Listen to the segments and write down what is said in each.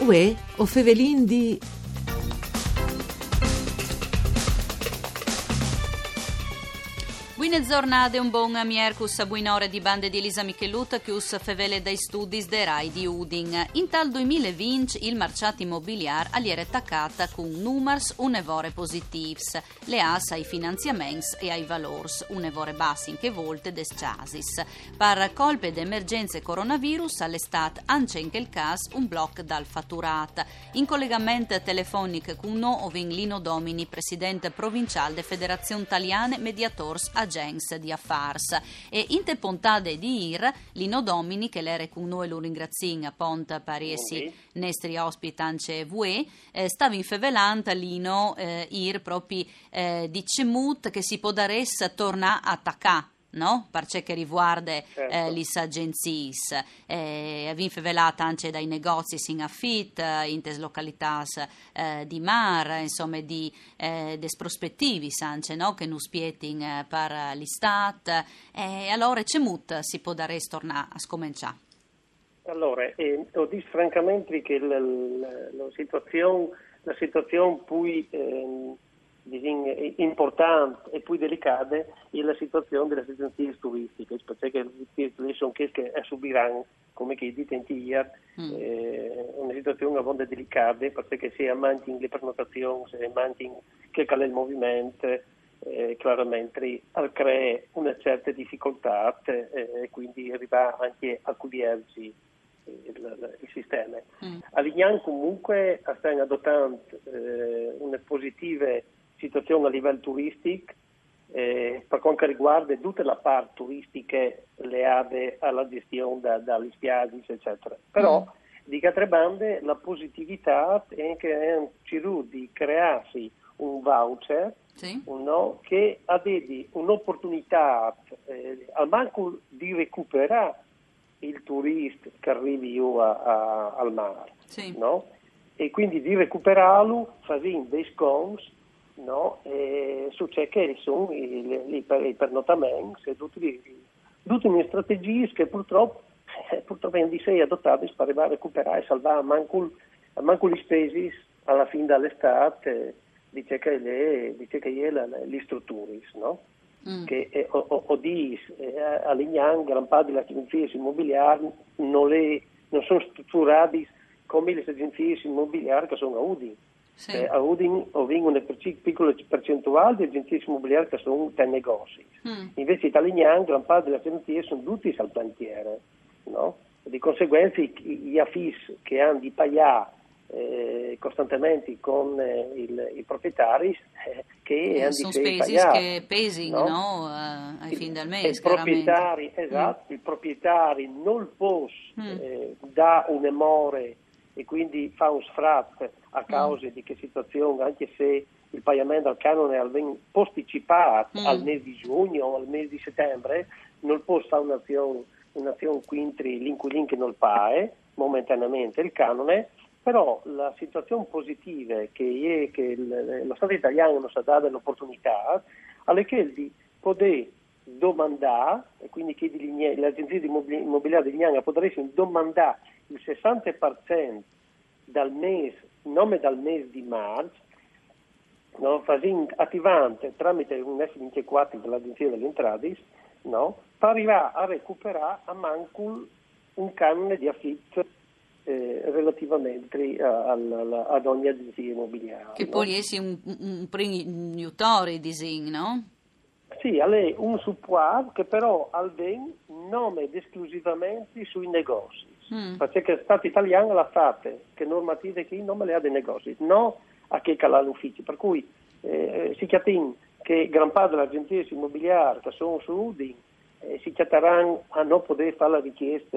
Uè, o fevelin di... Buone giornate, un buon miercus a buon'ore di bande di Elisa Michelut che us fevele dai studi de Rai di Udin. In tal 2020 il mercato immobiliare all'era attaccata con numers un'evore positivs, le as ai finanziamenti e ai valors, un'evore bassi in che volte des chasis. Per colpe d'emergenze coronavirus all'estate anche in quel caso un blocco dal fatturat. In collegamento telefonico con noi ovin Lino Domini, presidente provinciale de Federazione Italiane Mediators Agents di Affars. E in te pontade di IR, Lino Domini, che l'era con noi lo ringrazio a Ponta Pariesi, nestri ospitanze VE, stava in fevelanta Lino IR proprio di Cemut che si può dare tornare a attaccare. No? Per ciò che riguarda le agenzie, avete fevelata anche dai negozi in affitto, in te località di mar, insomma, di des prospettivi anche, no? Che non spietin per l'istat, allora c'è si può dare tornare a scominciare. Allora, ho detto francamente che la situazione più importante e più delicata è la situazione delle agenzie turistiche, perché le agenzie turistiche sono quelle che subiranno, come che dite ieri, una situazione abbastanza delicata, perché se mantiene le prenotazioni, se mantiene che cala il movimento, chiaramente crea una certa difficoltà e quindi arriva anche a cubiersi il sistema. A Vignan comunque stanno adottando una positiva situazione a livello turistico per quanto riguarda tutta la parte turistica legata alla gestione dalle spiagge eccetera. Però di altre bande la positività è che è un cirù di crearsi un voucher che ha un'opportunità al manco di recuperare il turista che arrivi al mare, no? E quindi di recuperarlo facendo dei sconti, no? Su ciò che sono i pernottamenti e tutte le strategie che purtroppo di sé adottate per arrivare a recuperare e salvare manco le spese alla fine dell'estate dice che le strutture, no? Che all'Ignan gran parte delle agenzie immobiliari non sono strutturate come le agenzie immobiliari che sono a Udin. A Udin una piccola percentuale di agenzie immobiliari che sono dei negozi. Invece all'Ignan gran parte delle agenzie sono tutte al cantiere, no? Di conseguenza gli affissi che hanno di pagare costantemente con i proprietari che sono spesi che pesi, no? Ai fine del mese. Il proprietario non può dà un'emore e quindi fa un sfratto a causa di che situazione, anche se il pagamento al canone è posticipato al mese di giugno o al mese di settembre, non può fare un'azione quintri l'inquilino che non paga momentaneamente il canone. Però la situazione positiva che lo Stato italiano ci ha dato l'opportunità è quella di poter domandare, e quindi che le agenzie immobiliari di Gnana potrebbero domandare il 60% dal mese di marzo, no? Attivante tramite un F24 dell'Agenzia delle Entrate, no? Per arrivare a recuperare a manco un canone di affitto relativamente ad ogni agenzia immobiliare. Che poi è un imprenditore no? Sì, è un supporto che però al ben nome ed esclusivamente sui negozi. Perché lo Stato italiano l'ha fatta, che normative che non me le ha dei negozi, no a che calare l'ufficio. Per cui si capisce che gran parte delle agenzie immobiliari che sono su Udin si chiateranno a non poter fare la richiesta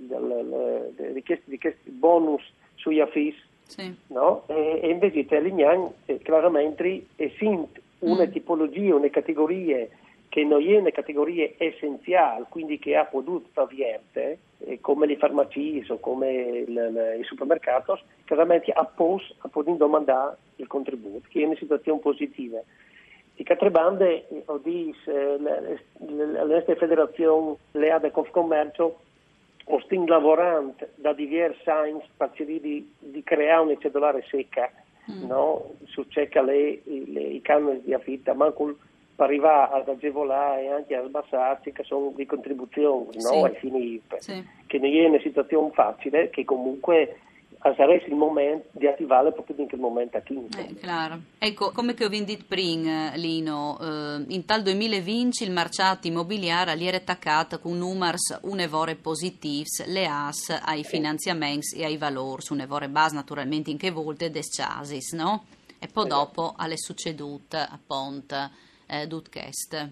di questi bonus sugli affissi, no? E invece Telignan chiaramente è una tipologia, una categoria che non è una categoria essenziale, quindi che ha prodotto avvierte, come le farmacie o come i supermercati, chiaramente ha potuto domandare il contributo, che è una situazione positiva. Di altre bande, la nostra federazione Leale Confcommercio o stiamo lavorando da diversi anni per cercare di creare una cedolare secca, no? Su c'è che i canoni di affitto, ma per arrivare ad agevolare e anche a sbassarsi, che sono di contribuzione, no? Ai fini IRPEF, che non è una situazione facile, che comunque sarebbe il momento di attivare proprio in quel momento a Quinto. Claro. Ecco, come che ho detto prima, Lino, in tal 2020 il mercato immobiliare era attaccato con numeri un'evore positivi, le as ai finanziamenti e ai valori, su un'evore base naturalmente in che volte desciasis, no? E poi dopo alle succedute appunto Dutchest.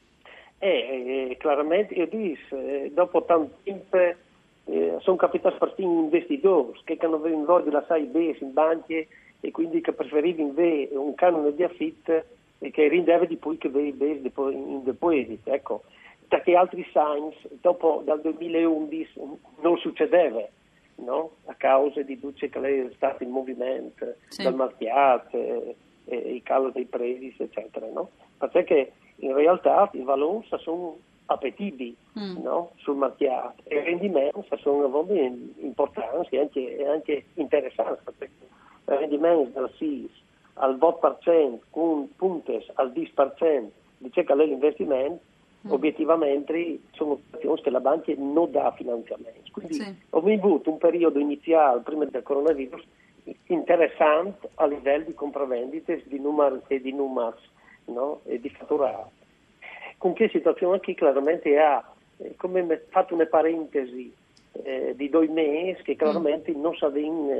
Chiaramente, io dico, dopo tanto tempo sono capitati partiti investitori che hanno avuto di lasciare i beni in banche e quindi che preferivano un canone di affitto e che rendeva di più che i beni in deposito. Ecco, perché altri signs dopo dal 2011 non succedeva, no? A causa di tutto che è stato il movimento dal mercato, i calo dei prezzi, eccetera, no? Perché in realtà i valori sono appetibili, no? Sul mercato e i rendimenti sono importanti e anche interessanti, perché i rendimenti dal SIS al 8% con punti al 10% di ciò che è l'investimento, obiettivamente sono situazioni che la banca non dà finanziamenti. Quindi ho avuto un periodo iniziale prima del coronavirus interessante a livello di compravendite di numeri, no? E di fatturato. Con che situazione qui chiaramente ha come fatto una parentesi di 2 mesi che chiaramente non sappiamo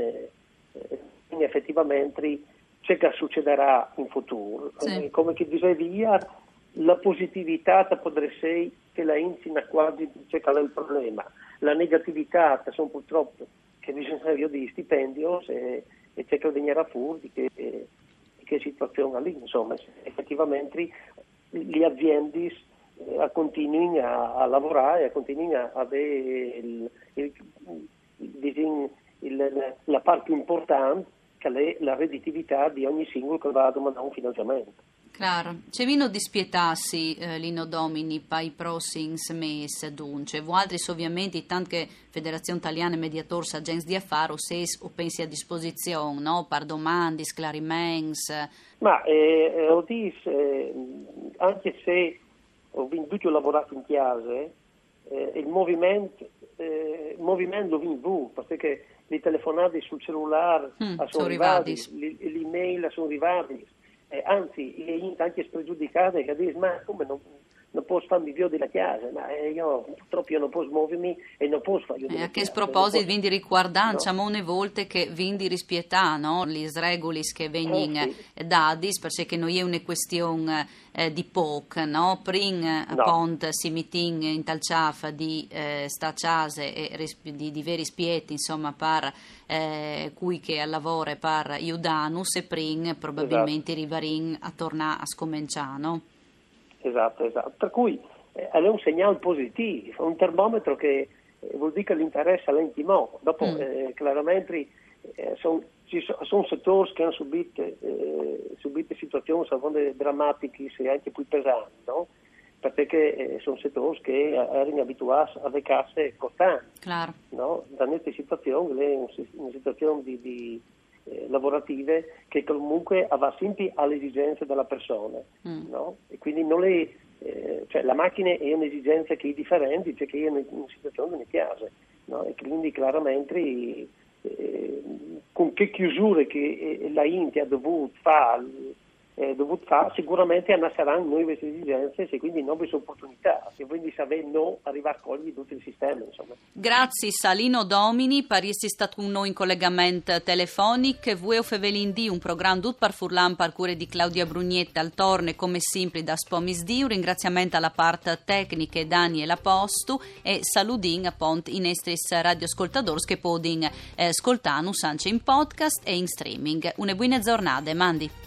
effettivamente ciò che succederà in futuro. Come che dicevi, la positività potrebbe essere che la insina quasi ciò che è il problema, la negatività sono purtroppo che bisogna di stipendio e c'è che venire fuori di che situazione lì, insomma, effettivamente le aziende continuino a lavorare e continuino a avere la parte importante che è la redditività di ogni singolo che va a domandare un finanziamento. Claro, c'è vino dispietarsi Lino Domini per i prossimi mesi dunque, voi altri ovviamente tanto che Federazione Italiana Mediatori Agenti di Affari o pensi a disposizione, no? Per domande, sclarimenti. Ma lo dico, anche se ho vinto lavorato in chiesa, il movimento lo vinto perché le telefonate sul cellulare sono arrivate, le email sono arrivate. Anzi, le anche spregiudicate che dicono ma come non posso farmi più della casa, ma io purtroppo non posso muovermi e non posso fare a che sproposito vindi riguardante molte volte che vindi rispietà, no? Gli regolis che vengono dati perché non è una questione di poco, no? Prima appunto si meeting in tal ciaf di sta case e di veri spietti insomma per cui che al lavoro per Iudanus e prin probabilmente rivarin a tornare a scominciare, no? Esatto. Per cui è un segnale positivo, un termometro che vuol dire che l'interesse è intimo. Dopo chiaramente sono settori che hanno subito situazioni drammatiche e anche più pesanti, no? Perché sono settori che erano abituati a delle casse costanti. Claro. No? Da queste situazioni è una situazione di lavorative che comunque va sempre alle esigenze della persona, no? E quindi non cioè la macchina è un'esigenza che è differente, cioè che è una situazione di chiesa, no? E quindi chiaramente con che chiusure che la India ha dovuto fare sicuramente saranno nuove esigenze e quindi nuove opportunità e quindi sapendo arrivare a cogliere tutto il sistema, insomma. Grazie Salino Domini per essere stato con noi in collegamento telefonico. Vuoi Fevelin di un programma tutto per Furlan per cure di Claudia Brugnetta al torne come sempre da Spomisdi. Un ringraziamento alla parte tecnica Daniela Postu e saludin appunto i nostri radioascoltatori che podin ascoltanus anche in podcast e in streaming. Una buona giornata, Mandi.